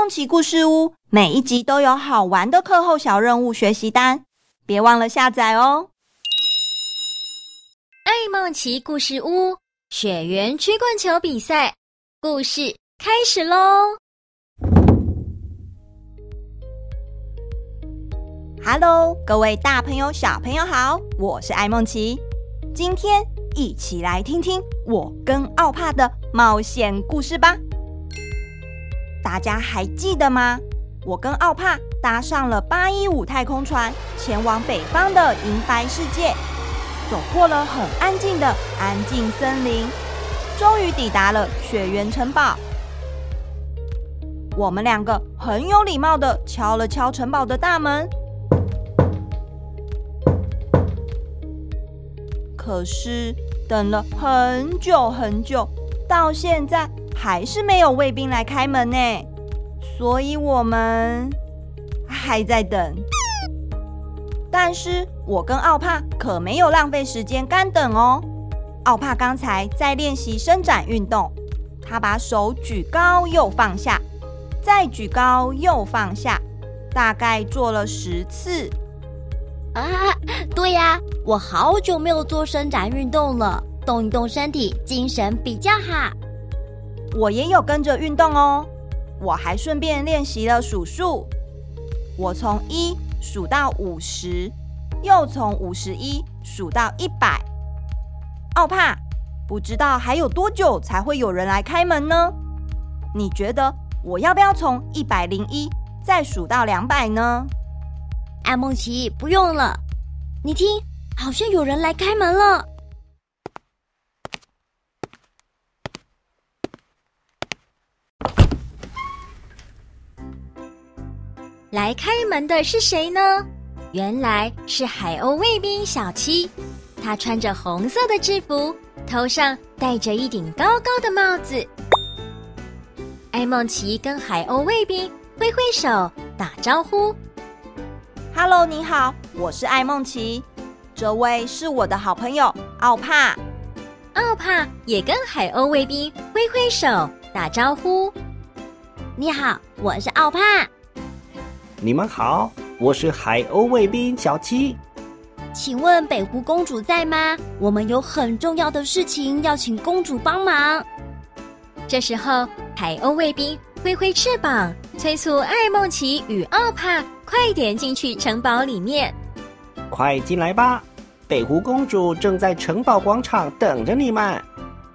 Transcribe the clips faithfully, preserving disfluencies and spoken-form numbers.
梦奇故事屋每一集都有好玩的课后小任务学习单，别忘了下载哦。 爱梦奇故事屋雪原曲棍球比赛故事开始咯。 Hello， 各位大朋友小朋友好，我是爱梦奇。今天一起来听听我跟奥帕的冒险故事吧。大家还记得吗？我跟奥帕搭上了八一五太空船，前往北方的银白世界，走过了很安静的安静森林，终于抵达了雪原城堡。我们两个很有礼貌地敲了敲城堡的大门，可是等了很久很久，到现在还是没有卫兵来开门呢，所以我们还在等。但是我跟奥帕可没有浪费时间干等哦。奥帕刚才在练习伸展运动，他把手举高又放下，再举高又放下，大概做了十次。 啊，对呀，我好久没有做伸展运动了，动一动身体，精神比较好。 我也有跟着运动哦，我还顺便练习了数数。我从一数到五十，又从五十一数到一百。奥帕，不知道还有多久才会有人来开门呢？你觉得我要不要从一百零一再数到两百呢？ 爱梦奇，不用了，你听，好像有人来开门了。 来开门的是谁呢？原来是海鸥卫兵小七，他穿着红色的制服，头上戴着一顶高高的帽子。爱梦奇跟海鸥卫兵挥挥手打招呼。 Hello， 你好，我是爱梦奇，这位是我的好朋友奥帕。 奥帕也跟海鸥卫兵挥挥手打招呼。 你好，我是奥帕。 你们好，我是海鸥卫兵小七。 请问北湖公主在吗？我们有很重要的事情要请公主帮忙。 这时候，海鸥卫兵挥挥翅膀，催促爱梦奇与奥帕快点进去城堡里面。 快进来吧，北湖公主正在城堡广场等着你们。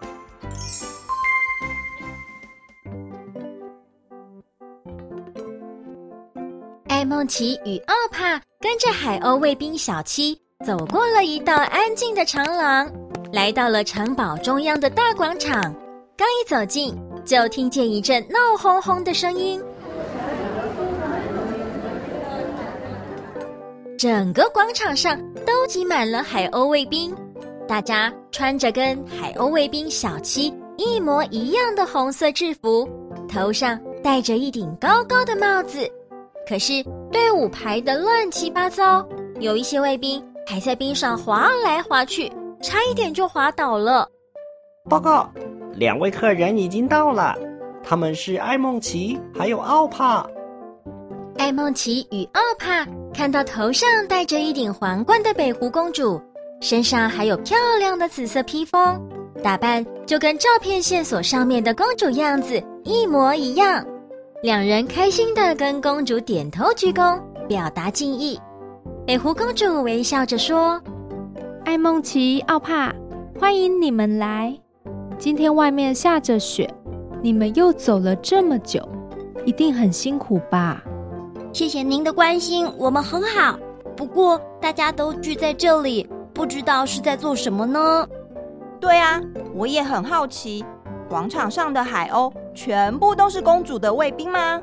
爱梦奇与奥帕跟着海鸥卫兵小七走过了一道安静的长廊，来到了城堡中央的大广场。刚一走近，就听见一阵闹哄哄的声音。整个广场上都挤满了海鸥卫兵，大家穿着跟海鸥卫兵小七一模一样的红色制服，头上戴着一顶高高的帽子。可是队伍排得乱七八糟，有一些卫兵还在冰上滑来滑去，差一点就滑倒了。 报告，两位客人已经到了，他们是爱梦奇还有奥帕。 爱梦奇与奥帕看到头上戴着一顶皇冠的北湖公主，身上还有漂亮的紫色披风，打扮就跟照片线索上面的公主样子一模一样。两人开心地跟公主点头鞠躬，表达敬意。北湖公主微笑着说： 爱梦奇、奥帕，欢迎你们来。今天外面下着雪，你们又走了这么久，一定很辛苦吧？ 谢谢您的关心，我们很好。不过大家都聚在这里，不知道是在做什么呢？ 对啊，我也很好奇，广场上的海鸥全部都是公主的卫兵吗？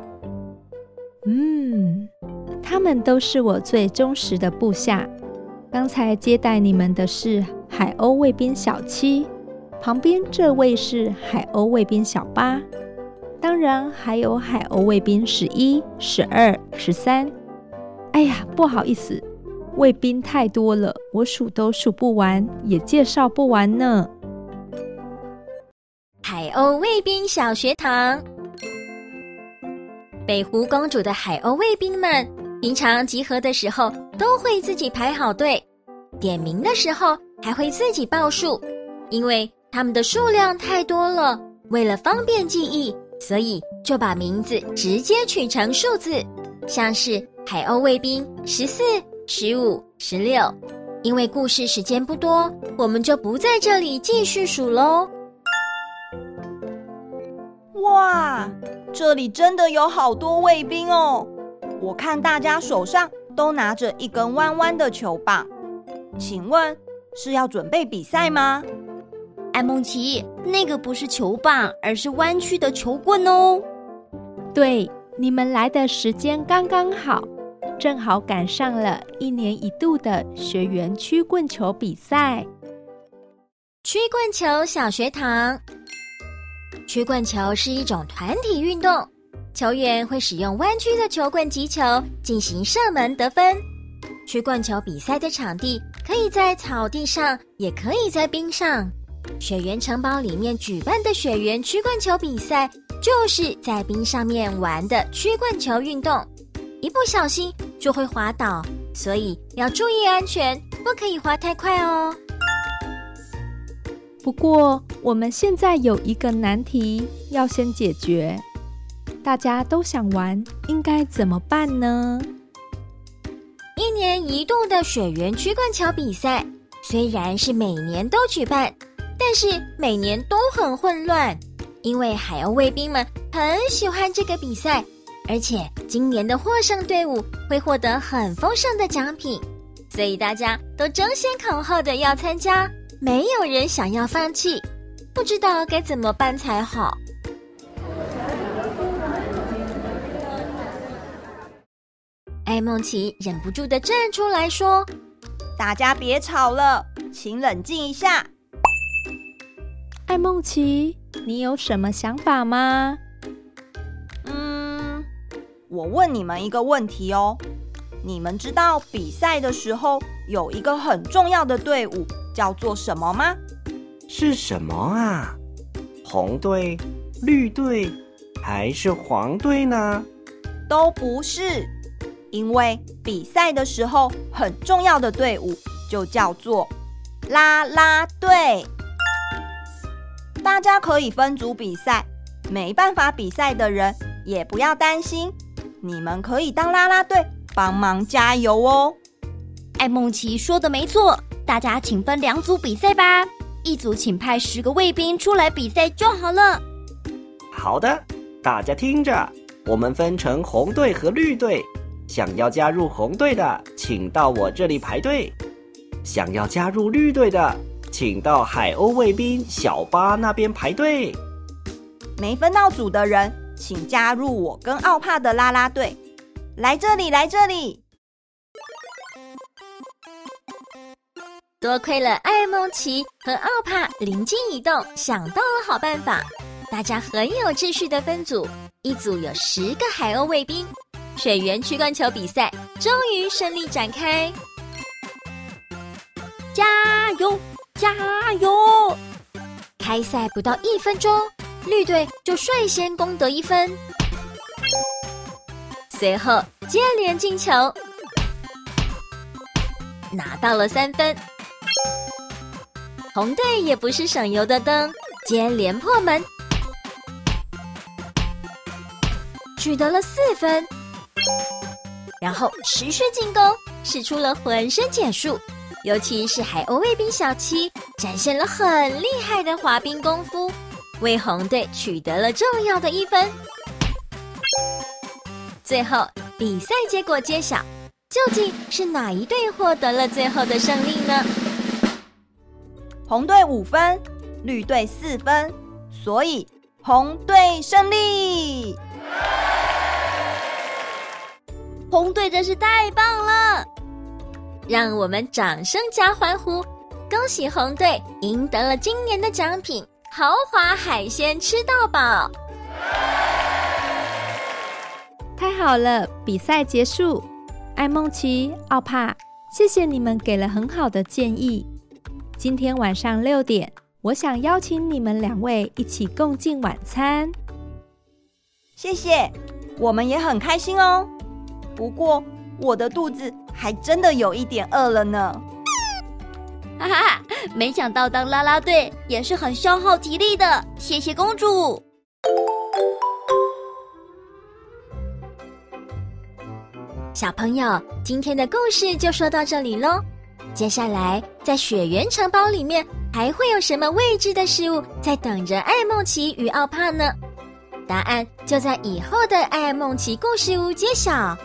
嗯，他们都是我最忠实的部下。刚才接待你们的是海鸥卫兵小七，旁边这位是海鸥卫兵小八，当然还有海鸥卫兵十一、十二、十三。哎呀，不好意思，卫兵太多了，我数都数不完，也介绍不完呢。 海鸥卫兵小学堂。 北湖公主的海鸥卫兵们平常集合的时候都会自己排好队，点名的时候还会自己报数，因为他们的数量太多了，为了方便记忆，所以就把名字直接取成数字，像是海鸥卫兵十四、十五、十六。因为故事时间不多，我们就不在这里继续数咯。 哇，这里真的有好多卫兵哦！我看大家手上都拿着一根弯弯的球棒，请问是要准备比赛吗？ 艾梦琪，那个不是球棒，而是弯曲的球棍哦。 对，你们来的时间刚刚好，正好赶上了一年一度的学园曲棍球比赛。 曲棍球小学堂。曲棍球是一种团体运动，球员会使用弯曲的球棍击球进行射门得分。曲棍球比赛的场地可以在草地上，也可以在冰上。雪原城堡里面举办的雪原曲棍球比赛，就是在冰上面玩的曲棍球运动，一不小心就会滑倒，所以要注意安全，不可以滑太快哦。 不过我们现在有一个难题要先解决，大家都想玩，应该怎么办呢？ 一年一度的雪原曲棍球比赛虽然是每年都举办，但是每年都很混乱，因为海鸥卫兵们很喜欢这个比赛，而且今年的获胜队伍会获得很丰盛的奖品，所以大家都争先恐后的要参加，没有人想要放弃，不知道该怎么办才好。艾梦琪忍不住的站出来说： 大家别吵了，请冷静一下。 艾梦琪，你有什么想法吗？ 嗯，我问你们一个问题哦，你们知道比赛的时候有一个很重要的队伍叫做什么吗？ 是什么啊？红队、绿队还是黄队呢？ 都不是，因为比赛的时候很重要的队伍就叫做啦啦队。大家可以分组比赛，没办法比赛的人也不要担心，你们可以当啦啦队帮忙加油哦。 艾梦琪说的没错，大家请分两组比赛吧，一组请派十个卫兵出来比赛就好了。 好的，大家听着，我们分成红队和绿队，想要加入红队的请到我这里排队，想要加入绿队的请到海鸥卫兵小巴那边排队。 没分到组的人请加入我跟奥帕的啦啦队，来这里来这里。 多亏了艾梦琪和奥帕灵机一动，想到了好办法，大家很有秩序的分组，一组有十个海鸥卫兵，水源曲棍球比赛终于顺利展开。 加油加油！ 开赛不到一分钟，绿队就率先攻得一分，随后接连进球，拿到了三分。红队也不是省油的灯，接连破门，取得了四分，然后持续进攻，使出了浑身解数，尤其是海鸥卫兵小七展现了很厉害的滑冰功夫，为红队取得了重要的一分。最后比赛结果揭晓，究竟是哪一队获得了最后的胜利呢？ 红队五分，绿队四分，所以红队胜利。 红队真是太棒了！ 让我们掌声加欢呼，恭喜红队赢得了今年的奖品——豪华海鲜吃到饱。 太好了，比赛结束。艾梦琪、奥帕，谢谢你们给了很好的建议。今天晚上六点，我想邀请你们两位一起共进晚餐。 谢谢， 我们也很开心哦。不过我的肚子还真的有一点饿了呢。 哈哈哈，没想到当啦啦队也是很消耗体力的，谢谢公主。 小朋友，今天的故事就说到这里咯。接下来在雪原城堡里面还会有什么未知的事物在等着艾梦琪与奥帕呢？答案就在以后的艾梦琪故事屋揭晓。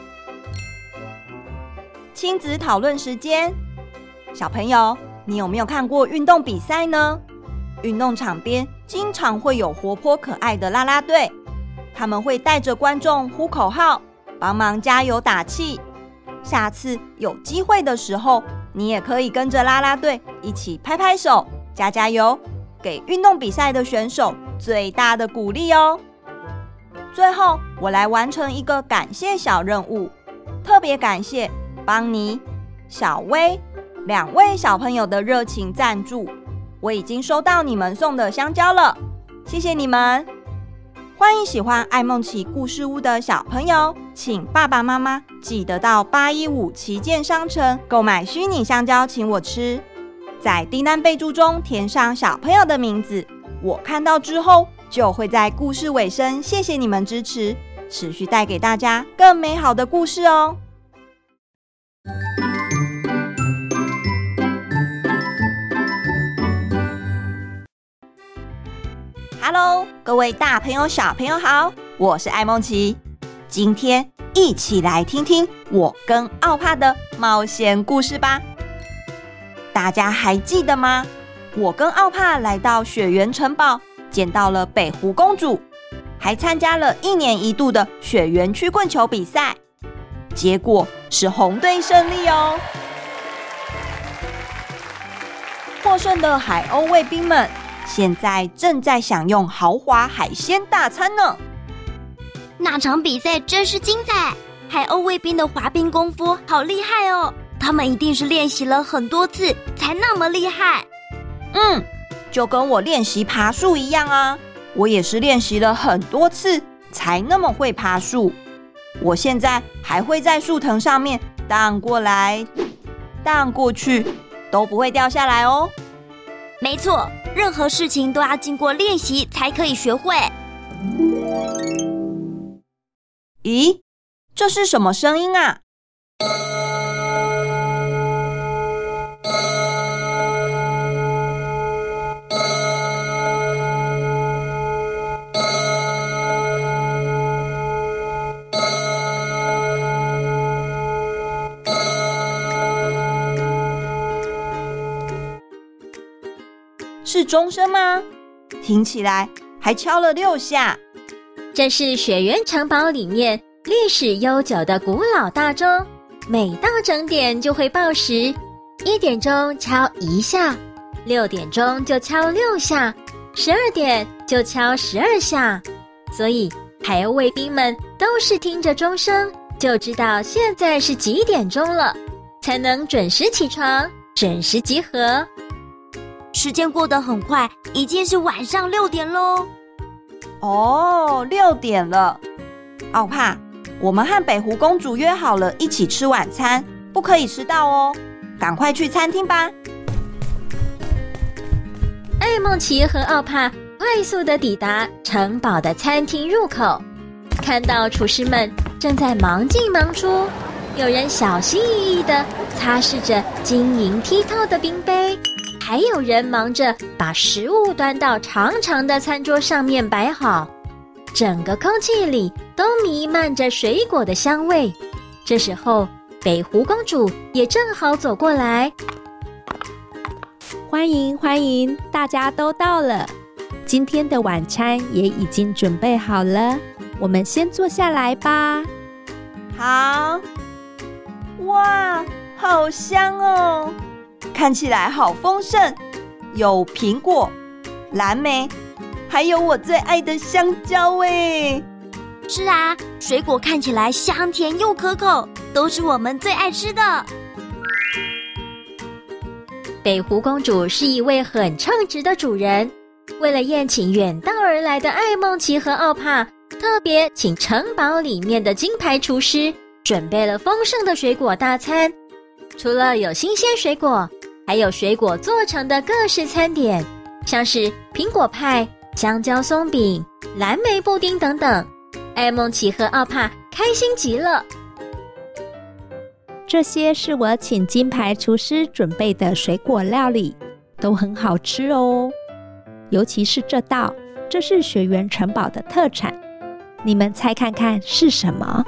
亲子讨论时间，小朋友，你有没有看过运动比赛呢？运动场边经常会有活泼可爱的啦啦队，他们会带着观众呼口号，帮忙加油打气。下次有机会的时候，你也可以跟着啦啦队一起拍拍手，加加油，给运动比赛的选手最大的鼓励哦。最后，我来完成一个感谢小任务，特别感谢邦尼、小薇两位小朋友的热情赞助，我已经收到你们送的香蕉了，谢谢你们。欢迎喜欢艾梦琪故事屋的小朋友，请爸爸妈妈记得到八一五旗舰商城购买虚拟香蕉请我吃，在订单备注中填上小朋友的名字，我看到之后就会在故事尾声谢谢你们支持，持续带给大家更美好的故事哦。Hello， 各位大朋友小朋友好，我是艾梦琪，今天一起来听听我跟奥帕的冒险故事吧。大家还记得吗？我跟奥帕来到雪原城堡，见到了北湖公主，还参加了一年一度的雪原曲棍球比赛，结果是红队胜利哦。获胜的海鸥卫兵们现在正在享用豪华海鲜大餐呢。 那场比赛真是精彩，海鸥卫兵的滑冰功夫好厉害哦，他们一定是练习了很多次才那么厉害。 嗯，就跟我练习爬树一样啊，我也是练习了很多次才那么会爬树。我现在还会在树藤上面荡过来荡过去，都不会掉下来哦。 没错，任何事情都要经过练习才可以学会。 咦，这是什么声音啊？是钟声吗？听起来还敲了六下。 这是雪原城堡里面历史悠久的古老大钟，每到整点就会报时，一点钟敲一下，六点钟就敲六下，十二点就敲十二下。所以海鸥卫兵们都是听着钟声就知道现在是几点钟了，才能准时起床，准时集合。 时间过得很快，已经是晚上六点咯。 哦，六点了。奥帕，我们和北湖公主约好了一起吃晚餐，不可以迟到哦，赶快去餐厅吧。 艾梦琪和奥帕快速地抵达城堡的餐厅入口，看到厨师们正在忙进忙出，有人小心翼翼地擦拭着晶莹剔透的冰杯，还有人忙着把食物端到长长的餐桌上面摆好，整个空气里都弥漫着水果的香味。这时候，北湖公主也正好走过来。 欢迎欢迎，大家都到了，今天的晚餐也已经准备好了，我们先坐下来吧。 好。哇，好香哦，看起来好丰盛，有苹果、蓝莓，还有我最爱的香蕉耶。 是啊，水果看起来香甜又可口，都是我们最爱吃的。 北湖公主是一位很称职的主人，为了宴请远道而来的艾梦琪和奥帕， 特别请城堡里面的金牌厨师准备了丰盛的水果大餐。除了有新鲜水果，还有水果做成的各式餐点，像是苹果派、香蕉松饼、蓝莓布丁等等。艾梦琪和奥帕开心极了。 这些是我请金牌厨师准备的水果料理，都很好吃哦。尤其是这道，这是雪原城堡的特产，你们猜看看是什么？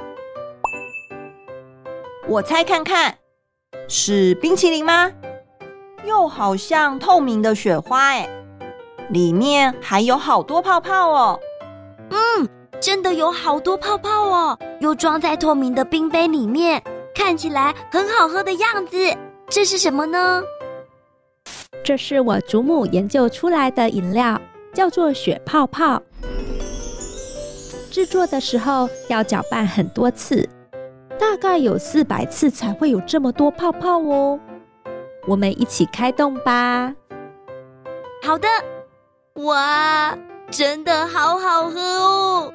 我猜看看，是冰淇淋吗？又好像透明的雪花哎，里面还有好多泡泡哦。 嗯，真的有好多泡泡哦，又装在透明的冰杯里面，看起来很好喝的样子。这是什么呢？ 这是我祖母研究出来的饮料，叫做雪泡泡。制作的时候要搅拌很多次，大概有四百次才会有这么多泡泡哦。我们一起开动吧。 好的。哇，真的好好喝哦！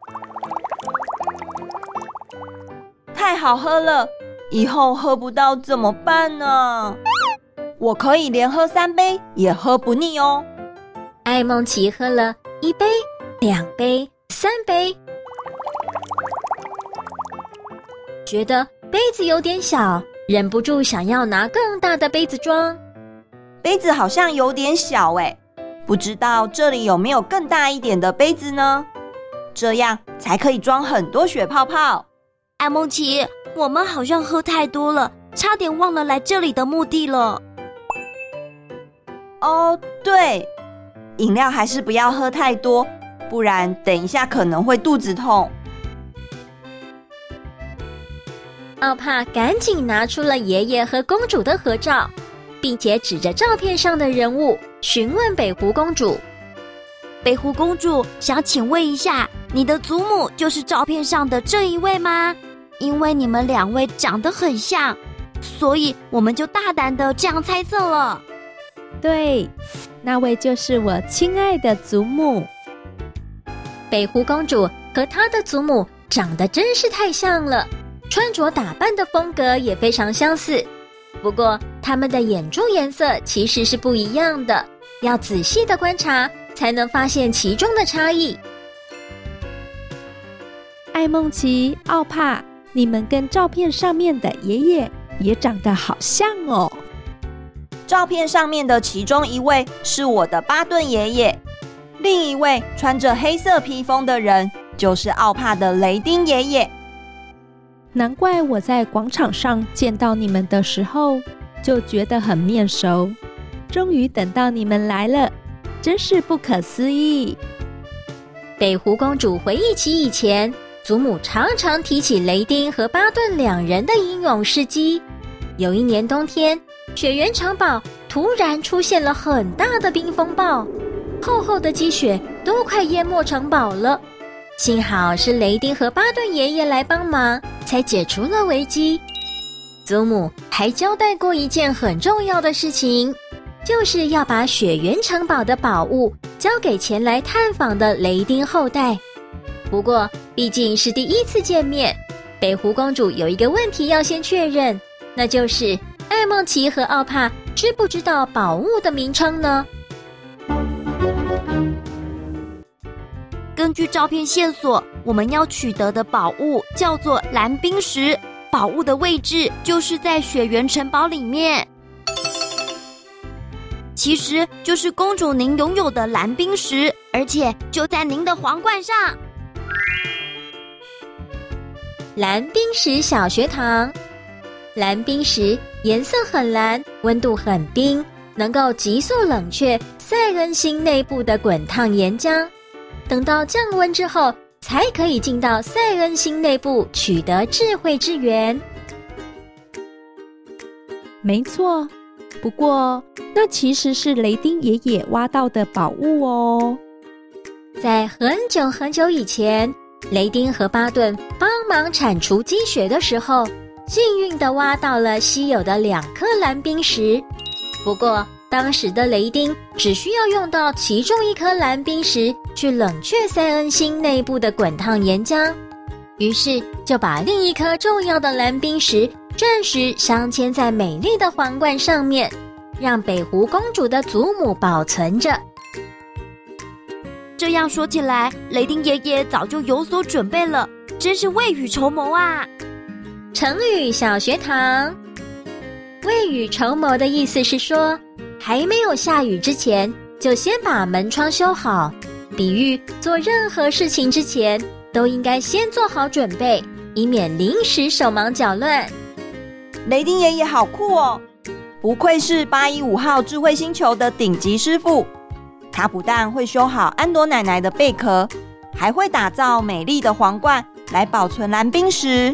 太好喝了，以后喝不到怎么办呢？我可以连喝三杯也喝不腻哦。 艾梦琪喝了一杯、两杯、三杯，觉得杯子有点小，忍不住想要拿更大的杯子装。 杯子好像有点小哎，不知道这里有没有更大一点的杯子呢？这样才可以装很多雪泡泡。 艾梦琪，我们好像喝太多了，差点忘了来这里的目的了。 哦，对，饮料还是不要喝太多，不然等一下可能会肚子痛。 奥帕赶紧拿出了爷爷和公主的合照，并且指着照片上的人物询问北湖公主。 北湖公主，想请问一下，你的祖母就是照片上的这一位吗？因为你们两位长得很像，所以我们就大胆的这样猜测了。 对，那位就是我亲爱的祖母。 北湖公主和她的祖母长得真是太像了，穿着打扮的风格也非常相似。不过他们的眼珠颜色其实是不一样的，要仔细的观察才能发现其中的差异。 艾梦琪、奥帕，你们跟照片上面的爷爷也长得好像哦。 照片上面的其中一位是我的巴顿爷爷，另一位穿着黑色披风的人就是奥帕的雷丁爷爷。 难怪我在广场上见到你们的时候就觉得很面熟，终于等到你们来了，真是不可思议。 北湖公主回忆起以前祖母常常提起雷丁和巴顿两人的英勇事迹。有一年冬天，雪原城堡突然出现了很大的冰风暴，厚厚的积雪都快淹没城堡了。幸好是雷丁和巴顿爷爷来帮忙，才解除了危机。祖母还交代过一件很重要的事情，就是要把雪原城堡的宝物交给前来探访的雷丁后代。不过毕竟是第一次见面，北湖公主有一个问题要先确认，那就是艾梦琪和奥帕知不知道宝物的名称呢？ 根据照片线索，我们要取得的宝物叫做蓝冰石，宝物的位置就是在雪原城堡里面。其实就是公主您拥有的蓝冰石，而且就在您的皇冠上。 蓝冰石小学堂，蓝冰石颜色很蓝，温度很冰，能够急速冷却塞恩星内部的滚烫岩浆。等到降温之后，才可以进到塞恩星内部取得智慧之源。 没错，不过那其实是雷丁爷爷挖到的宝物哦。 在很久很久以前，雷丁和巴顿帮忙铲除积雪的时候，幸运地挖到了稀有的两颗蓝冰石。不过当时的雷丁只需要用到其中一颗蓝冰石去冷却塞恩星内部的滚烫岩浆，于是就把另一颗重要的蓝冰石暂时镶嵌在美丽的皇冠上面，让北湖公主的祖母保存着。 这样说起来，雷丁爷爷早就有所准备了，真是未雨绸缪啊！ 成语小学堂，未雨绸缪的意思是说，还没有下雨之前，就先把门窗修好，比喻做任何事情之前，都应该先做好准备，以免临时手忙脚乱。 雷丁爷爷好酷哦，不愧是八一五号智慧星球的顶级师傅。他不但会修好安朵奶奶的贝壳，还会打造美丽的皇冠来保存蓝冰石。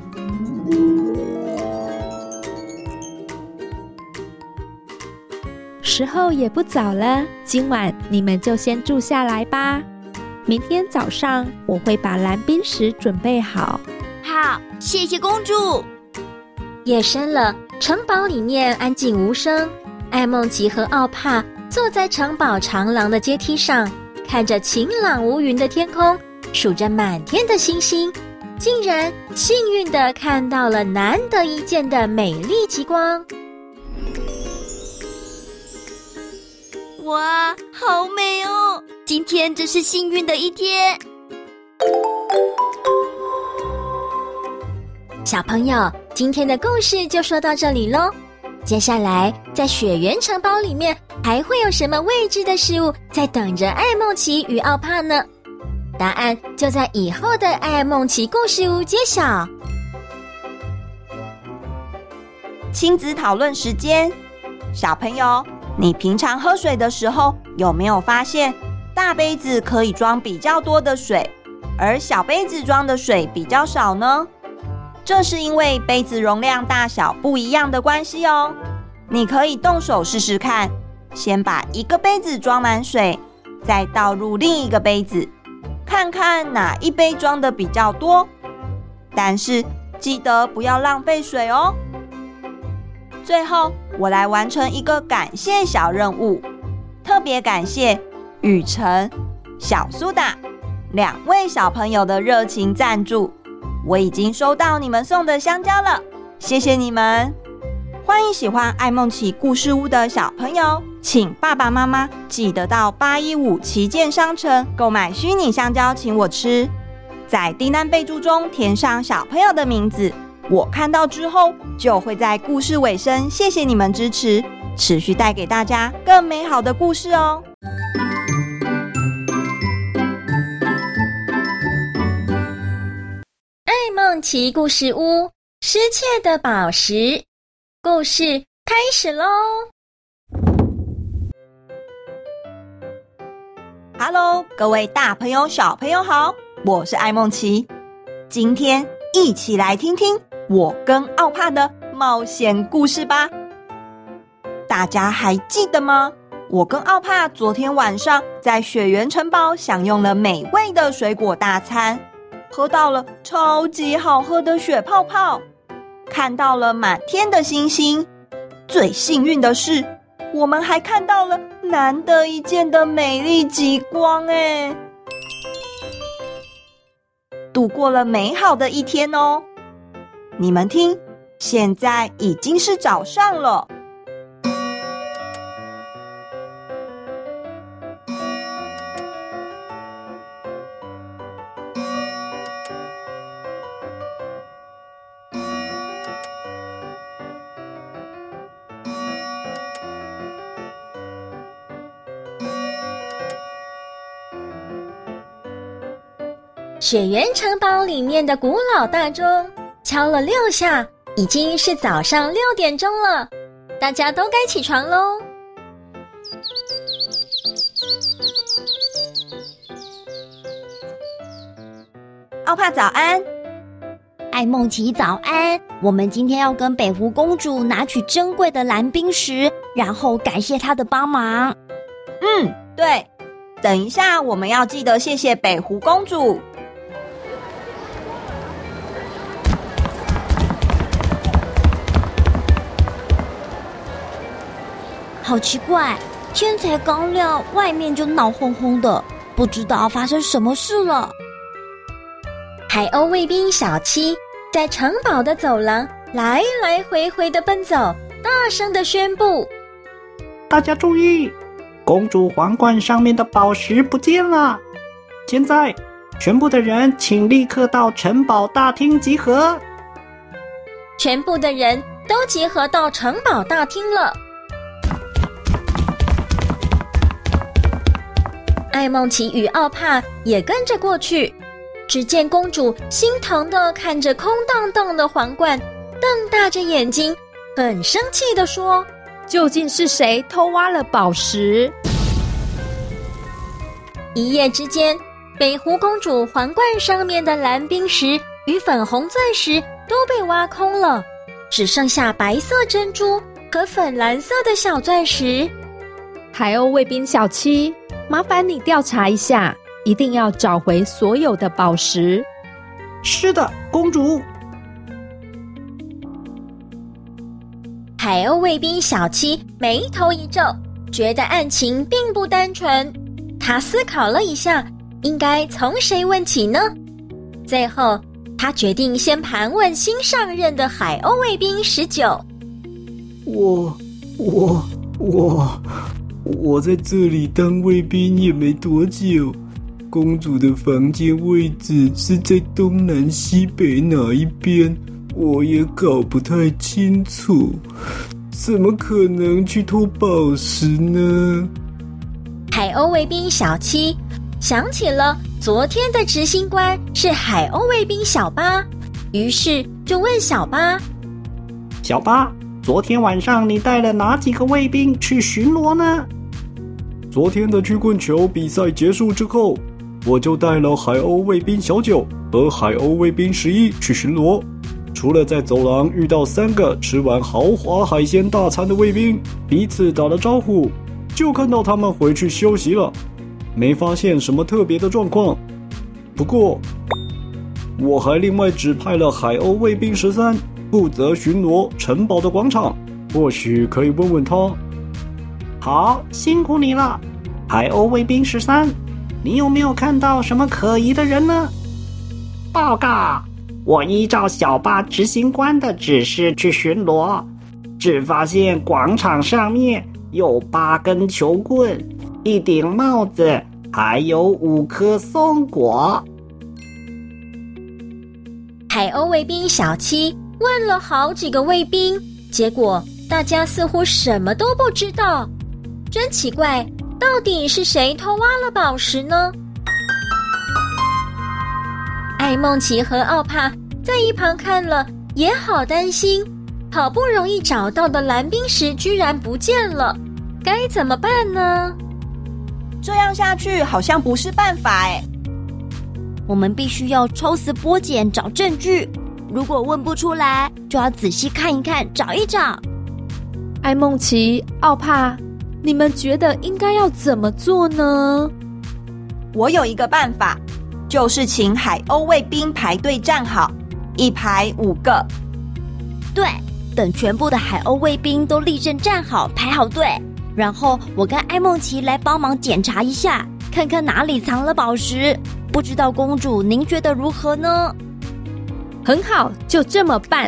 时候也不早了，今晚你们就先住下来吧。明天早上我会把蓝冰石准备好。 好，谢谢公主。 夜深了，城堡里面安静无声。艾梦琪和奥帕坐在城堡长廊的阶梯上，看着晴朗无云的天空，数着满天的星星，竟然幸运地看到了难得一见的美丽极光。 哇，好美哦！今天真是幸运的一天。 小朋友，今天的故事就说到这里咯。接下来在雪原城堡里面还会有什么未知的事物在等着艾梦琪与奥帕呢？答案就在以后的艾梦琪故事屋揭晓。 亲子讨论时间，小朋友，你平常喝水的时候有没有发现大杯子可以装比较多的水，而小杯子装的水比较少呢？这是因为杯子容量大小不一样的关系哦。你可以动手试试看，先把一个杯子装满水，再倒入另一个杯子，看看哪一杯装的比较多。但是记得不要浪费水哦。最后，我来完成一个感谢小任务，特别感谢雨晨、小苏打两位小朋友的热情赞助。我已经收到你们送的香蕉了，谢谢你们！欢迎喜欢爱梦奇故事屋的小朋友，请爸爸妈妈记得到八一五旗舰商城购买虚拟香蕉请我吃，在订单备注中填上小朋友的名字，我看到之后就会在故事尾声谢谢你们支持，持续带给大家更美好的故事哦。 爱梦奇故事屋，失窃的宝石，故事开始咯。 Hello， 各位大朋友小朋友好，我是爱梦奇，今天一起来听听我跟奥帕的冒险故事吧。大家还记得吗？我跟奥帕昨天晚上在雪原城堡享用了美味的水果大餐，喝到了超级好喝的雪泡泡，看到了满天的星星，最幸运的是我们还看到了难得一见的美丽极光耶，度过了美好的一天哦。你们听，现在已经是早上了。 雪原城堡里面的古老大钟敲了六下，已经是早上六点钟了，大家都该起床咯。 奥帕早安。 爱梦奇早安，我们今天要跟北湖公主拿取珍贵的蓝冰石，然后感谢她的帮忙。 嗯，对，等一下我们要记得谢谢北湖公主。 好奇怪，天才刚亮，外面就闹哄哄的，不知道发生什么事了。 海鸥卫兵小七在城堡的走廊来来回回的奔走，大声的宣布： 大家注意，公主皇冠上面的宝石不见了！现在，全部的人请立刻到城堡大厅集合。 全部的人都集合到城堡大厅了。艾梦琪与奥帕也跟着过去。只见公主心疼地看着空荡荡的皇冠，瞪大着眼睛，很生气地说： 究竟是谁偷挖了宝石？ 一夜之间，北湖公主皇冠上面的蓝冰石与粉红钻石都被挖空了，只剩下白色珍珠和粉蓝色的小钻石。 海鸥卫兵小七，麻烦你调查一下，一定要找回所有的宝石。 是的，公主。 海鸥卫兵小七眉头一皱，觉得案情并不单纯。他思考了一下，应该从谁问起呢？最后，他决定先盘问新上任的海鸥卫兵十九。 我我我我在这里当卫兵也没多久，公主的房间位置是在东南西北哪一边，我也搞不太清楚，怎么可能去偷宝石呢？ 海鸥卫兵小七想起了昨天的执行官是海鸥卫兵小八，于是就问小八： 小八，昨天晚上你带了哪几个卫兵去巡逻呢？ 昨天的曲棍球比赛结束之后，我就带了海鸥卫兵小九和海鸥卫兵十一去巡逻。除了在走廊遇到三个吃完豪华海鲜大餐的卫兵，彼此打了招呼，就看到他们回去休息了，没发现什么特别的状况。不过，我还另外指派了海鸥卫兵十三负责巡逻城堡的广场，或许可以问问他。 好，辛苦你了，海鸥卫兵十三，你有没有看到什么可疑的人呢？报告，我依照小八执行官的指示去巡逻，只发现广场上面有八根球棍、一顶帽子，还有五颗松果。 海鸥卫兵小七问了好几个卫兵，结果大家似乎什么都不知道。真奇怪，到底是谁偷挖了宝石呢？艾梦琪和奥帕在一旁看了也好担心，好不容易找到的蓝冰石居然不见了，该怎么办呢？ 这样下去好像不是办法哎。 我们必须要抽丝剥茧找证据，如果问不出来，就要仔细看一看，找一找。 艾梦琪、奥帕，你们觉得应该要怎么做呢？ 我有一个办法，就是请海鸥卫兵排队站好，一排五个。 对，等全部的海鸥卫兵都立正站好，排好队，然后我跟艾梦琪来帮忙检查一下，看看哪里藏了宝石。不知道公主您觉得如何呢？ 很好，就这么办。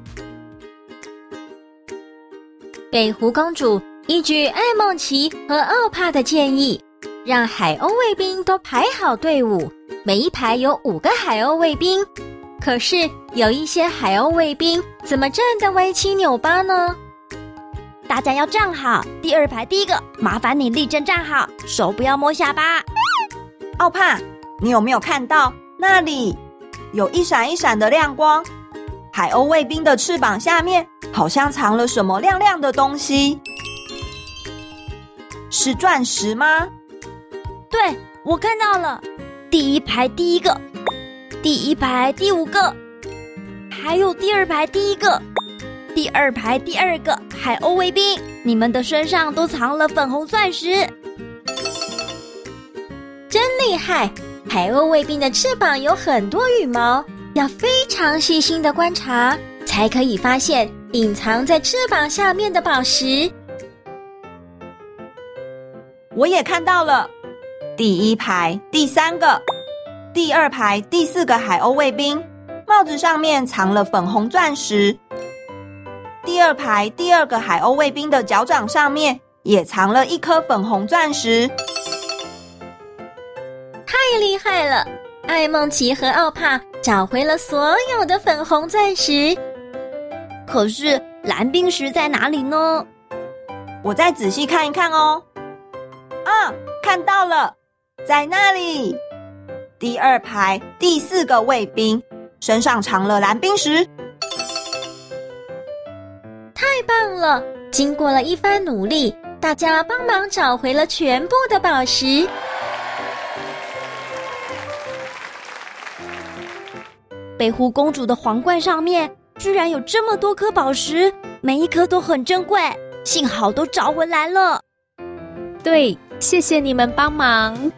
北湖公主依据艾梦琪和奥帕的建议，让海鸥卫兵都排好队伍，每一排有五个海鸥卫兵。可是有一些海鸥卫兵怎么站得歪七扭八呢？ 大家要站好，第二排第一个，麻烦你立正站好，手不要摸下巴。 奥帕，你有没有看到那里有一闪一闪的亮光？海鸥卫兵的翅膀下面好像藏了什么亮亮的东西，是钻石吗？ 对，我看到了，第一排第一个，第一排第五个，还有第二排第一个，第二排第二个。海鸥卫兵，你们的身上都藏了粉红钻石， 真厉害！海鸥卫兵的翅膀有很多羽毛，要非常细心的观察，才可以发现隐藏在翅膀下面的宝石。 我也看到了，第一排第三个，第二排第四个海鸥卫兵，帽子上面藏了粉红钻石。第二排第二个海鸥卫兵的脚掌上面也藏了一颗粉红钻石。 太厉害了！艾梦琪和奥帕找回了所有的粉红钻石。 可是蓝冰石在哪里呢？ 我再仔细看一看哦。啊，看到了，在那里。第二排第四个卫兵身上藏了蓝冰石。 太棒了！经过了一番努力，大家帮忙找回了全部的宝石。 北湖公主的皇冠上面居然有这么多颗宝石，每一颗都很珍贵，幸好都找回来了。 对，谢谢你们帮忙。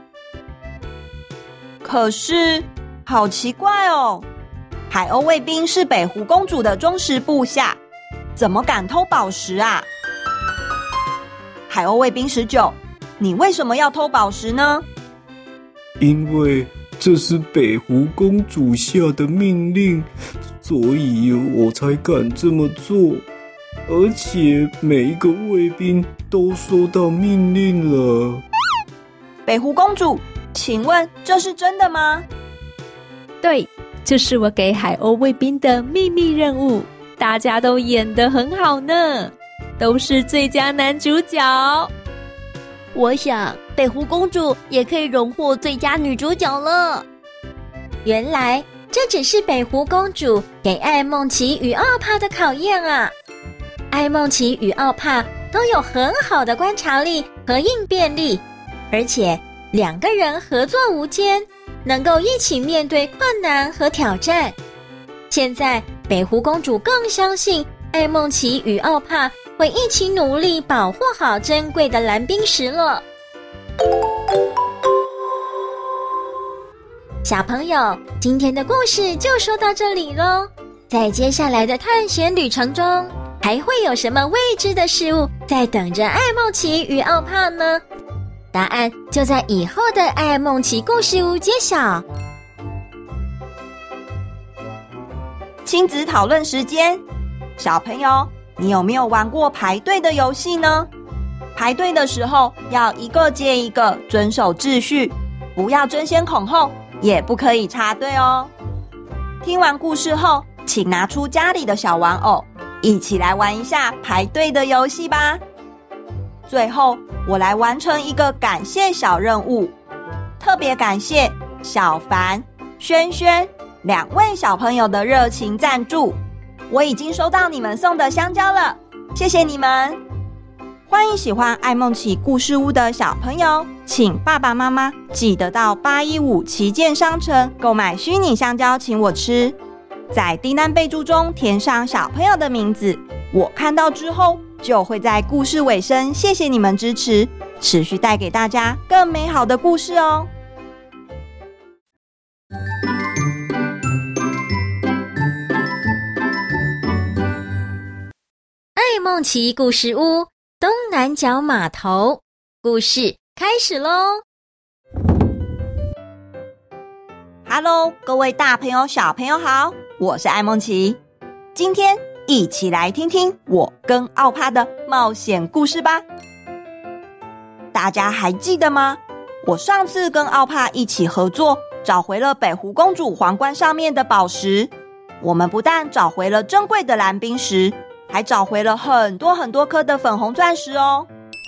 可是，好奇怪哦，海鸥卫兵是北湖公主的忠实部下，怎么敢偷宝石啊？海鸥卫兵十九，你为什么要偷宝石呢？ 因为这是北湖公主下的命令，所以我才敢这么做。而且每一个卫兵都收到命令了。 北湖公主，请问这是真的吗？ 对，这是我给海鸥卫兵的秘密任务，大家都演得很好呢，都是最佳男主角。 我想北湖公主也可以荣获最佳女主角了。 原来这只是北湖公主给艾梦琪与奥帕的考验啊！艾梦琪与奥帕都有很好的观察力和应变力，而且两个人合作无间，能够一起面对困难和挑战。现在北湖公主更相信艾梦琪与奥帕会一起努力保护好珍贵的蓝冰石了。小朋友，今天的故事就说到这里咯。在接下来的探险旅程中，还会有什么未知的事物在等着艾梦琪与奥帕呢？答案就在以后的艾梦琪故事屋揭晓。 亲子讨论时间，小朋友，你有没有玩过排队的游戏呢？排队的时候要一个接一个，遵守秩序，不要争先恐后，也不可以插队哦。听完故事后，请拿出家里的小玩偶，一起来玩一下排队的游戏吧。最后，我来完成一个感谢小任务，特别感谢小凡、轩轩两位小朋友的热情赞助。我已经收到你们送的香蕉了，谢谢你们！欢迎喜欢爱梦奇故事屋的小朋友，请爸爸妈妈记得到八一五旗舰商城购买虚拟香蕉请我吃，在订单备注中填上小朋友的名字，我看到之后就会在故事尾声谢谢你们支持，持续带给大家更美好的故事哦。 爱梦奇故事屋东南角码头故事开始咯。 Hello， 各位大朋友小朋友好，我是爱梦奇，今天一起来听听我跟奥帕的冒险故事吧。大家还记得吗？我上次跟奥帕一起合作，找回了北湖公主皇冠上面的宝石。我们不但找回了珍贵的蓝冰石，还找回了很多很多颗的粉红钻石哦。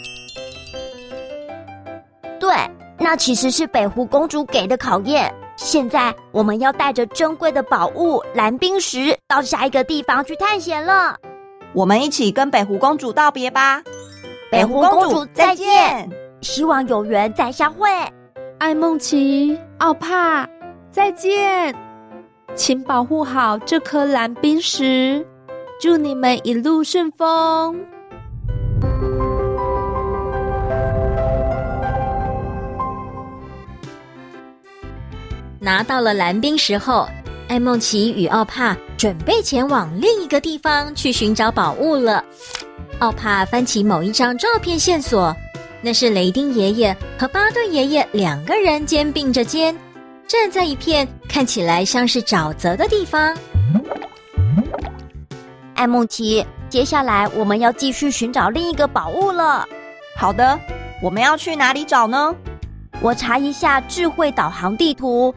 对，那其实是北湖公主给的考验。现在我们要带着珍贵的宝物蓝冰石到下一个地方去探险了。 我们一起跟北湖公主道别吧。 北湖公主再见，希望有缘再相会。 爱梦奇、奥帕，再见，请保护好这颗蓝冰石，祝你们一路顺风。 拿到了蓝冰石后，爱梦奇与奥帕准备前往另一个地方去寻找宝物了。奥帕翻起某一张照片线索， 那是雷丁爷爷和巴顿爷爷两个人肩并着肩，站在一片看起来像是沼泽的地方。 艾梦琪，接下来我们要继续寻找另一个宝物了。 好的，我们要去哪里找呢？ 我查一下智慧导航地图。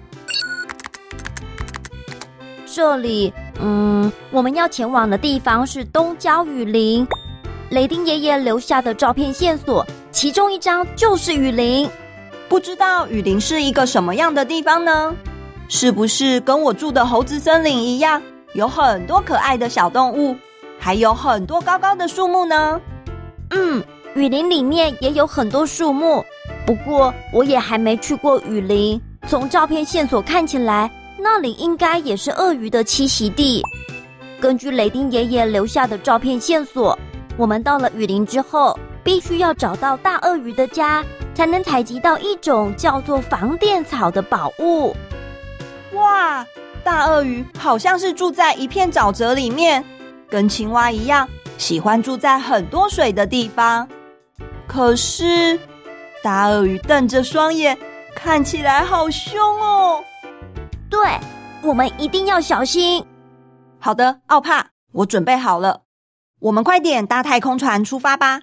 这里，嗯，我们要前往的地方是东郊雨林。雷丁爷爷留下的照片线索，其中一张就是雨林。 不知道雨林是一个什么样的地方呢？是不是跟我住的猴子森林一样，有很多可爱的小动物，还有很多高高的树木呢？ 嗯，雨林里面也有很多树木，不过我也还没去过雨林。从照片线索看起来，那里应该也是鳄鱼的栖息地。根据雷丁爷爷留下的照片线索，我们到了雨林之后，必须要找到大鳄鱼的家，才能采集到一种叫做防电草的宝物。 哇，大鳄鱼好像是住在一片沼泽里面，跟青蛙一样，喜欢住在很多水的地方。可是，大鳄鱼瞪着双眼，看起来好凶哦。 对，我们一定要小心。 好的，奥帕，我准备好了，我们快点搭太空船出发吧。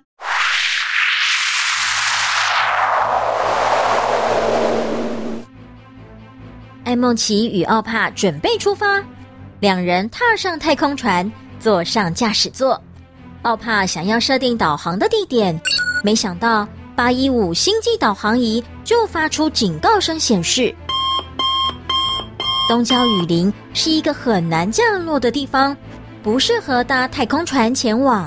艾梦琪与奥帕准备出发，两人踏上太空船，坐上驾驶座。奥帕想要设定导航的地点，没想到八一五星际导航仪就发出警告声显示，东郊雨林是一个很难降落的地方，不适合搭太空船前往。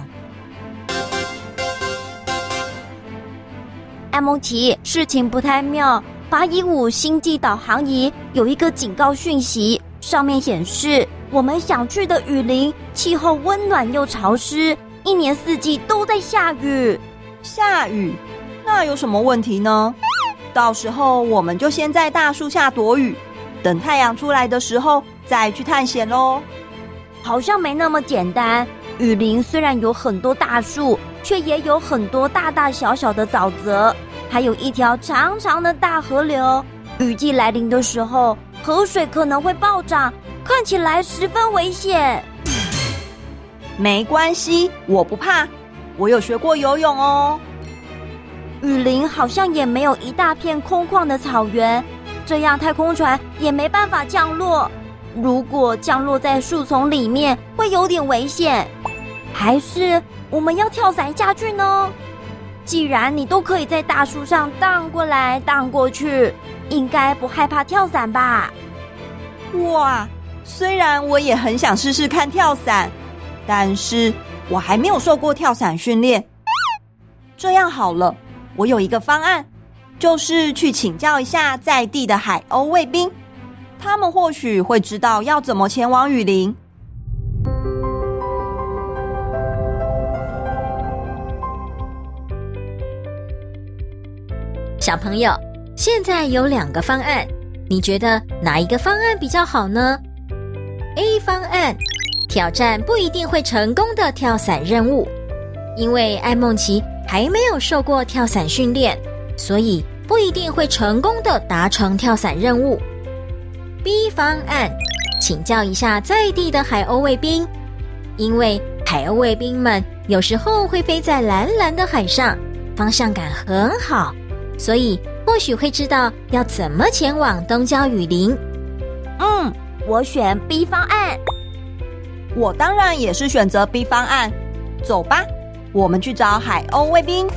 艾梦琪，事情不太妙。八一五星际导航仪有一个警告讯息，上面显示我们想去的雨林气候温暖又潮湿，一年四季都在下雨。 下雨？那有什么问题呢？到时候我们就先在大树下躲雨，等太阳出来的时候再去探险咯。 好像没那么简单，雨林虽然有很多大树，却也有很多大大小小的沼泽，还有一条长长的大河流。雨季来临的时候，河水可能会暴涨，看起来十分危险。 没关系，我不怕，我有学过游泳哦。 雨林好像也没有一大片空旷的草原，这样太空船也没办法降落。如果降落在树丛里面，会有点危险。还是我们要跳伞下去呢？既然你都可以在大树上荡过来荡过去，应该不害怕跳伞吧？ 哇，虽然我也很想试试看跳伞，但是我还没有受过跳伞训练。这样好了，我有一个方案，就是去请教一下在地的海鸥卫兵，他们或许会知道要怎么前往雨林。 小朋友，现在有两个方案，你觉得哪一个方案比较好呢？ A 方案，挑战不一定会成功的跳伞任务，因为艾梦琪还没有受过跳伞训练，所以不一定会成功的达成跳伞任务。 B 方案，请教一下在地的海鸥卫兵，因为海鸥卫兵们有时候会飞在蓝蓝的海上，方向感很好，所以或许会知道要怎么前往东郊雨林。 嗯，我选 B 方案。 我当然也是选择 B 方案。走吧，我们去找海鸥卫兵。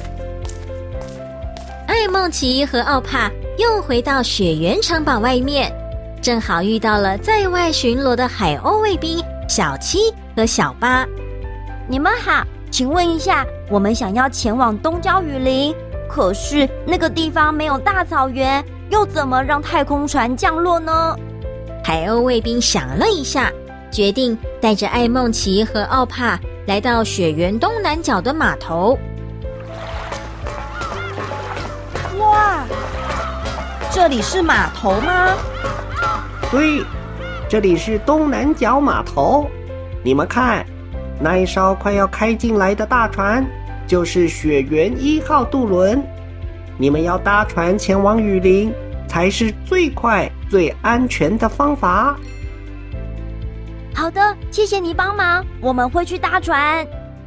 艾梦琪和奥帕又回到雪原城堡外面，正好遇到了在外巡逻的海鸥卫兵小七和小八。 你们好，请问一下，我们想要前往东郊雨林，可是那个地方没有大草原，又怎么让太空船降落呢？ 海鸥卫兵想了一下，决定带着艾梦琪和奥帕来到雪原东南角的码头。 哇，这里是码头吗？ 对，这里是东南角码头。你们看，那一艘快要开进来的大船，就是雪原一号渡轮。 你们要搭船前往雨林，才是最快、最安全的方法。 好的，谢谢你帮忙，我们会去搭船。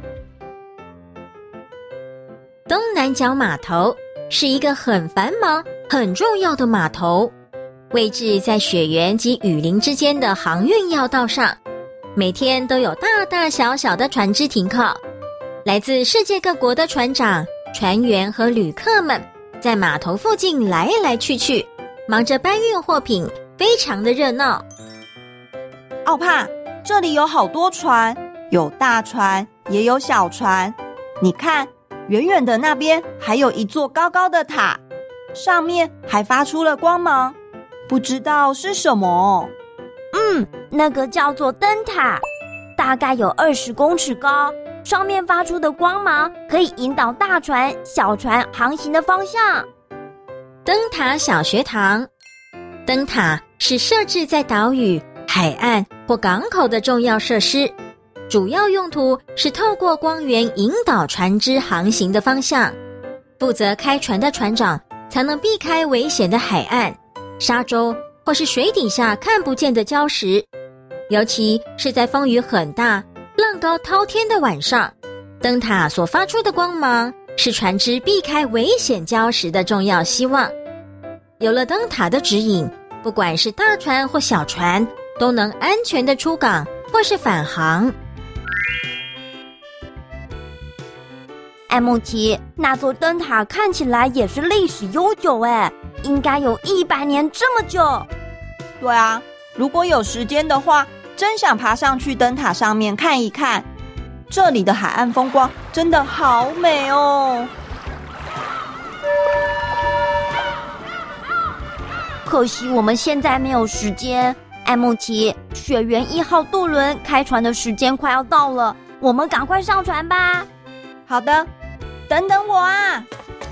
东南角码头是一个很繁忙、很重要的码头，位置在雪原及雨林之间的航运要道上，每天都有大大小小的船只停靠。来自世界各国的船长、船员和旅客们在码头附近来来去去，忙着搬运货品，非常的热闹。 奥帕，这里有好多船，有大船，也有小船。你看，远远的那边还有一座高高的塔，上面还发出了光芒，不知道是什么。 嗯，那个叫做灯塔，大概有二十公尺高，上面发出的光芒可以引导大船、小船航行的方向。 灯塔小学堂，灯塔是设置在岛屿、海岸或港口的重要设施，主要用途是透过光源引导船只航行的方向。负责开船的船长才能避开危险的海岸、沙洲或是水底下看不见的礁石，尤其是在风雨很大、浪高滔天的晚上，灯塔所发出的光芒是船只避开危险礁石的重要希望。有了灯塔的指引，不管是大船或小船，都能安全的出港或是返航。 艾梦琪，那座灯塔看起来也是历史悠久哎，应该有一百年这么久。 对啊，如果有时间的话，真想爬上去灯塔上面看一看。这里的海岸风光真的好美哦。 可惜我们现在没有时间。艾梦琪，雪原一号渡轮开船的时间快要到了，我们赶快上船吧。 好的，等等我啊。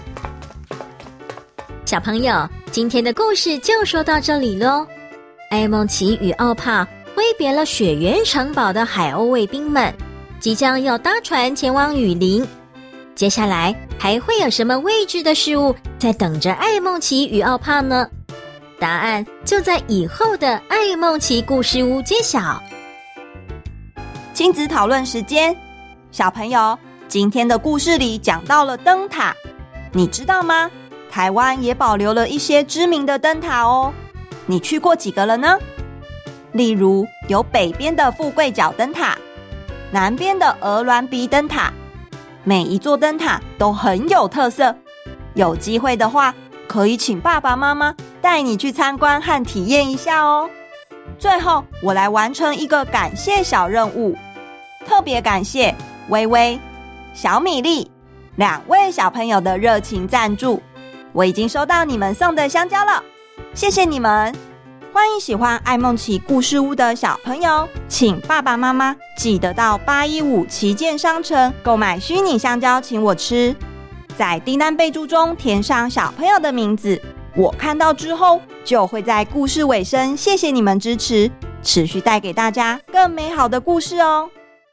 小朋友，今天的故事就说到这里咯。艾梦琪与奥帕挥别了雪原城堡的海鸥卫兵们，即将要搭船前往雨林。接下来还会有什么未知的事物在等着艾梦琪与奥帕呢？答案就在以后的艾梦琪故事屋揭晓。 亲子讨论时间，小朋友，今天的故事里讲到了灯塔，你知道吗？台湾也保留了一些知名的灯塔哦。你去过几个了呢？例如有北边的富贵角灯塔，南边的鹅銮鼻灯塔，每一座灯塔都很有特色。有机会的话，可以请爸爸妈妈带你去参观和体验一下哦。最后，我来完成一个感谢小任务，特别感谢微微、小米粒两位小朋友的热情赞助，我已经收到你们送的香蕉了，谢谢你们。欢迎喜欢爱梦奇故事屋的小朋友，请爸爸妈妈记得到八一五旗舰商城购买虚拟香蕉请我吃，在订单备注中填上小朋友的名字，我看到之后就会在故事尾声谢谢你们支持，持续带给大家更美好的故事哦。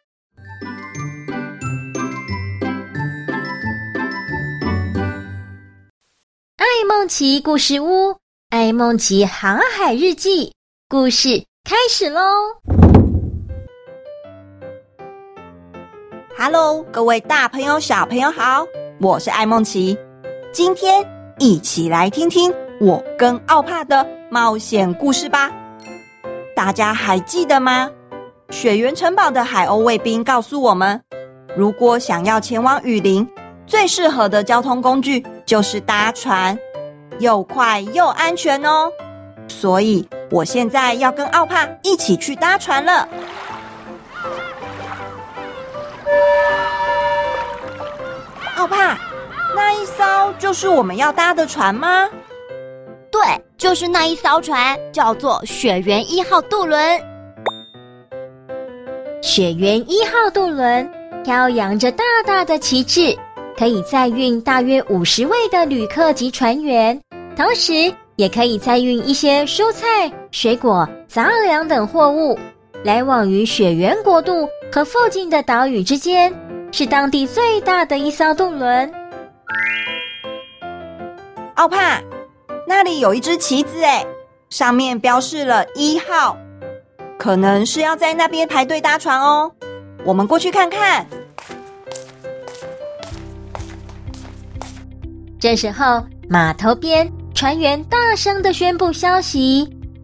爱梦奇故事屋，爱梦奇航海日记，故事开始咯。 Hello， 各位大朋友小朋友好，我是爱梦奇，今天一起来听听我跟奥帕的冒险故事吧。大家还记得吗？雪原城堡的海鸥卫兵告诉我们，如果想要前往雨林，最适合的交通工具就是搭船，又快又安全哦。所以我现在要跟奥帕一起去搭船了。奥帕，那一艘就是我们要搭的船吗？ 对，就是那一艘船，叫做雪原一号渡轮。 雪原一号渡轮飘扬着大大的旗帜，可以载运大约五十位的旅客及船员，同时也可以载运一些蔬菜、水果、杂粮等货物，来往于雪原国度和附近的岛屿之间，是当地最大的一艘渡轮。 奥帕，那里有一只旗子诶，上面标示了一号，可能是要在那边排队搭船哦。我们过去看看。 这时候，码头边船员大声地宣布消息：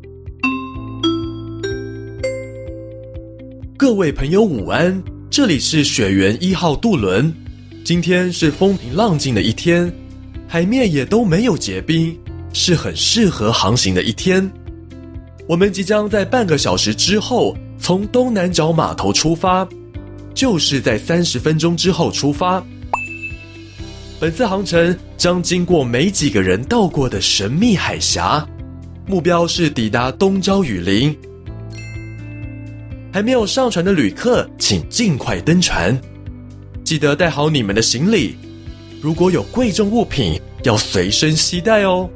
各位朋友午安，这里是雪原一号渡轮。今天是风平浪静的一天，海面也都没有结冰，是很适合航行的一天。我们即将在半个小时之后从东南角码头出发，就是在三十分钟之后出发。本次航程将经过没几个人到过的神秘海峡，目标是抵达东郊雨林。还没有上船的旅客，请尽快登船，记得带好你们的行李，如果有贵重物品，要随身携带哦。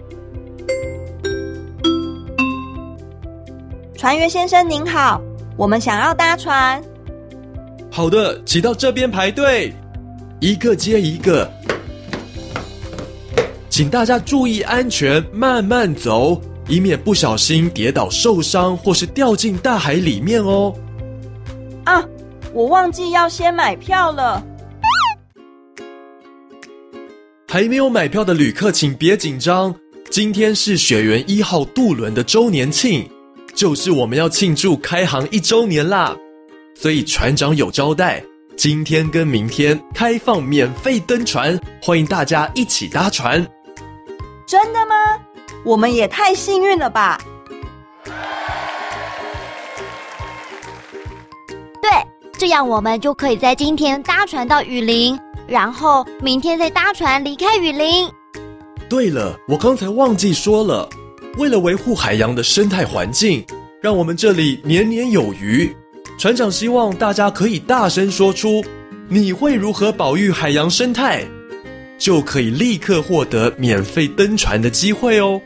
船员先生您好，我们想要搭船。 好的，请到这边排队，一个接一个。请大家注意安全，慢慢走，以免不小心跌倒受伤或是掉进大海里面哦。 啊，我忘记要先买票了。 还没有买票的旅客请别紧张，今天是雪原一号渡轮的周年庆，就是我们要庆祝开航一周年啦。所以船长有交代，今天跟明天开放免费登船，欢迎大家一起搭船。 真的吗？我们也太幸运了吧。 对，这样我们就可以在今天搭船到雨林，然后明天再搭船离开雨林。 对了，我刚才忘记说了，为了维护海洋的生态环境，让我们这里年年有余，船长希望大家可以大声说出你会如何保育海洋生态，就可以立刻获得免费登船的机会哦。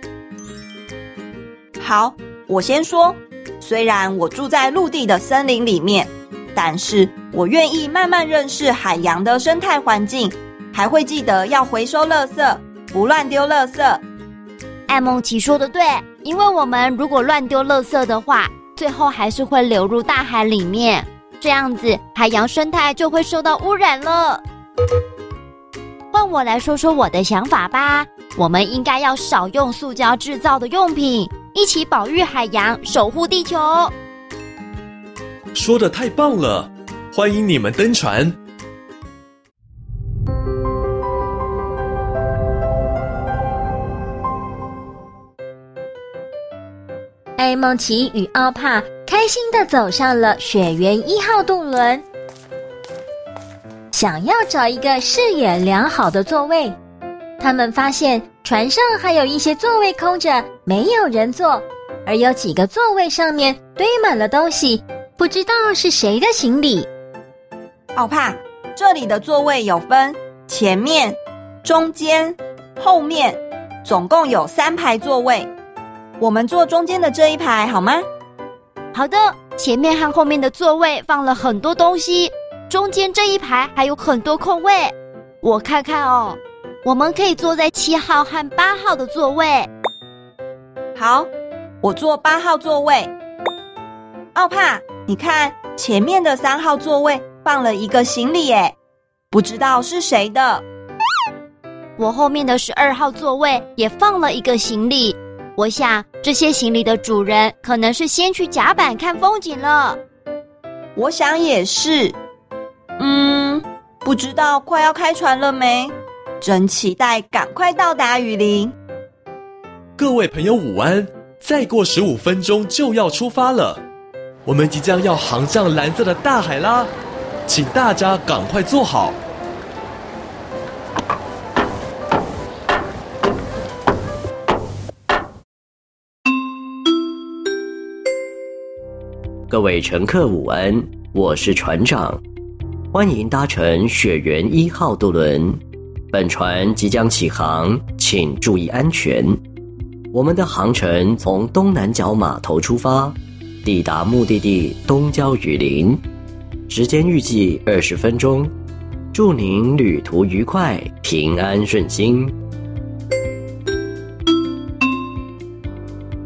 好，我先说，虽然我住在陆地的森林里面，但是我愿意慢慢认识海洋的生态环境，还会记得要回收垃圾，不乱丢垃圾。 艾梦琪说的对，因为我们如果乱丢垃圾的话，最后还是会流入大海里面，这样子海洋生态就会受到污染了。换我来说说我的想法吧，我们应该要少用塑胶制造的用品，一起保育海洋，守护地球。 说得太棒了，欢迎你们登船。 艾梦琪与奥帕开心地走上了雪原一号渡轮，想要找一个视野良好的座位。他们发现船上还有一些座位空着，没有人坐，而有几个座位上面堆满了东西，不知道是谁的行李。 奥帕，这里的座位有分前面、中间、后面，总共有三排座位。我们坐中间的这一排好吗？ 好的，前面和后面的座位放了很多东西，中间这一排还有很多空位。我看看哦，我们可以坐在七号和八号的座位。 好，我坐八号座位。奥帕，你看前面的三号座位放了一个行李耶，不知道是谁的。 我后面的十二号座位也放了一个行李，我想这些行李的主人可能是先去甲板看风景了。 我想也是。嗯，不知道快要开船了没？真期待赶快到达雨林。 各位朋友午安，再过十五分钟就要出发了，我们即将要航向蓝色的大海啦，请大家赶快坐好。 各位乘客午安，我是船长，欢迎搭乘雪原一号渡轮。本船即将起航，请注意安全。我们的航程从东南角码头出发，抵达目的地东郊雨林，时间预计二十分钟。祝您旅途愉快，平安顺心。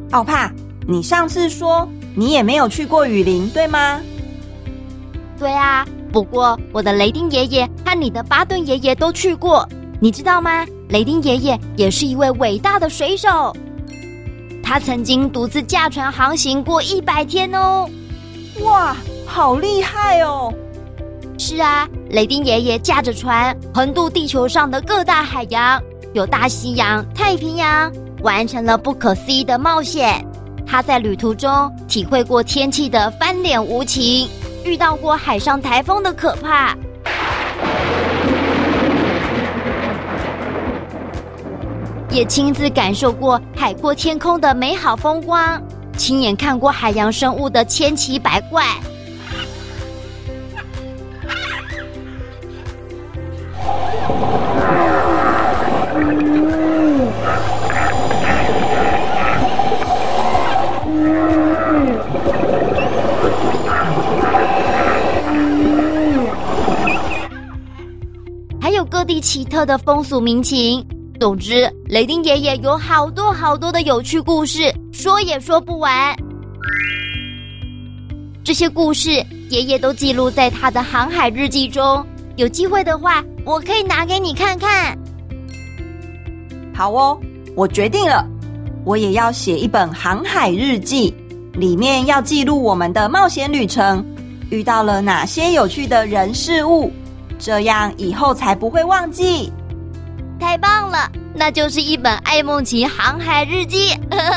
奥帕，你上次说你也没有去过雨林，对吗？ 对啊，不过我的雷丁爷爷和你的巴顿爷爷都去过，你知道吗？雷丁爷爷也是一位伟大的水手，他曾经独自驾船航行过一百天哦。 哇，好厉害哦！ 是啊，雷丁爷爷驾着船横渡地球上的各大海洋，有大西洋、太平洋，完成了不可思议的冒险。他在旅途中体会过天气的翻脸无情，遇到过海上台风的可怕，也亲自感受过海阔天空的美好风光，亲眼看过海洋生物的千奇百怪。还有各地奇特的风俗民情。总之，雷丁爷爷有好多好多的有趣故事，说也说不完。这些故事，爷爷都记录在他的航海日记中。有机会的话，我可以拿给你看看。 好哦，我决定了，我也要写一本航海日记，里面要记录我们的冒险旅程，遇到了哪些有趣的人事物，这样以后才不会忘记。 太棒了，那就是一本爱孟奇航海日记。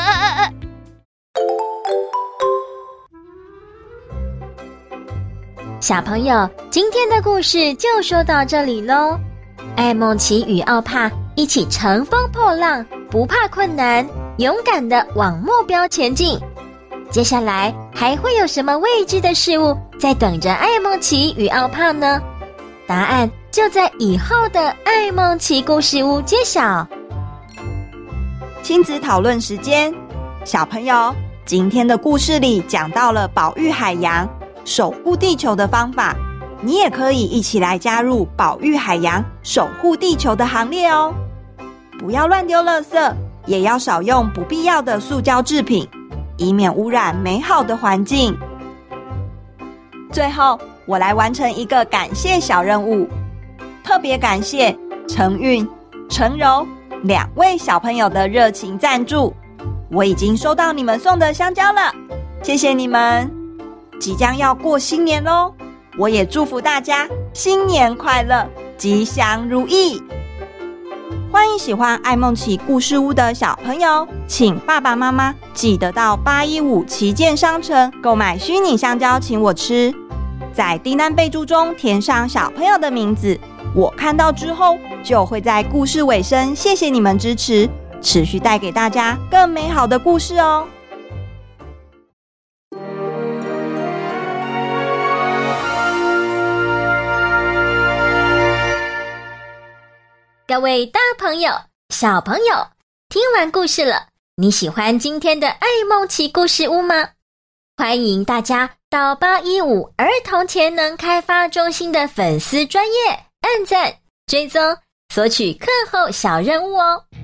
小朋友，今天的故事就说到这里咯。爱孟奇与奥帕一起乘风破浪，不怕困难，勇敢地往目标前进。接下来还会有什么未知的事物在等着爱孟奇与奥帕呢？答案就在以后的爱孟奇故事屋揭晓。 亲子讨论时间，小朋友，今天的故事里讲到了保育海洋、守护地球的方法，你也可以一起来加入保育海洋、守护地球的行列哦。不要乱丢垃圾，也要少用不必要的塑胶制品，以免污染美好的环境。最后，我来完成一个感谢小任务，特别感谢程韵、陈柔两位小朋友的热情赞助，我已经收到你们送的香蕉了，谢谢你们！即将要过新年咯，我也祝福大家新年快乐，吉祥如意！欢迎喜欢爱孟奇故事屋的小朋友，请爸爸妈妈记得到八一五旗舰商城购买虚拟香蕉请我吃，在订单备注中填上小朋友的名字，我看到之后就会在故事尾声谢谢你们支持，持续带给大家更美好的故事哦。 各位大朋友、小朋友，听完故事了，你喜欢今天的爱孟奇故事屋吗？欢迎大家到八一五儿童潜能开发中心的粉丝专页按赞、追踪、索取课后小任务哦。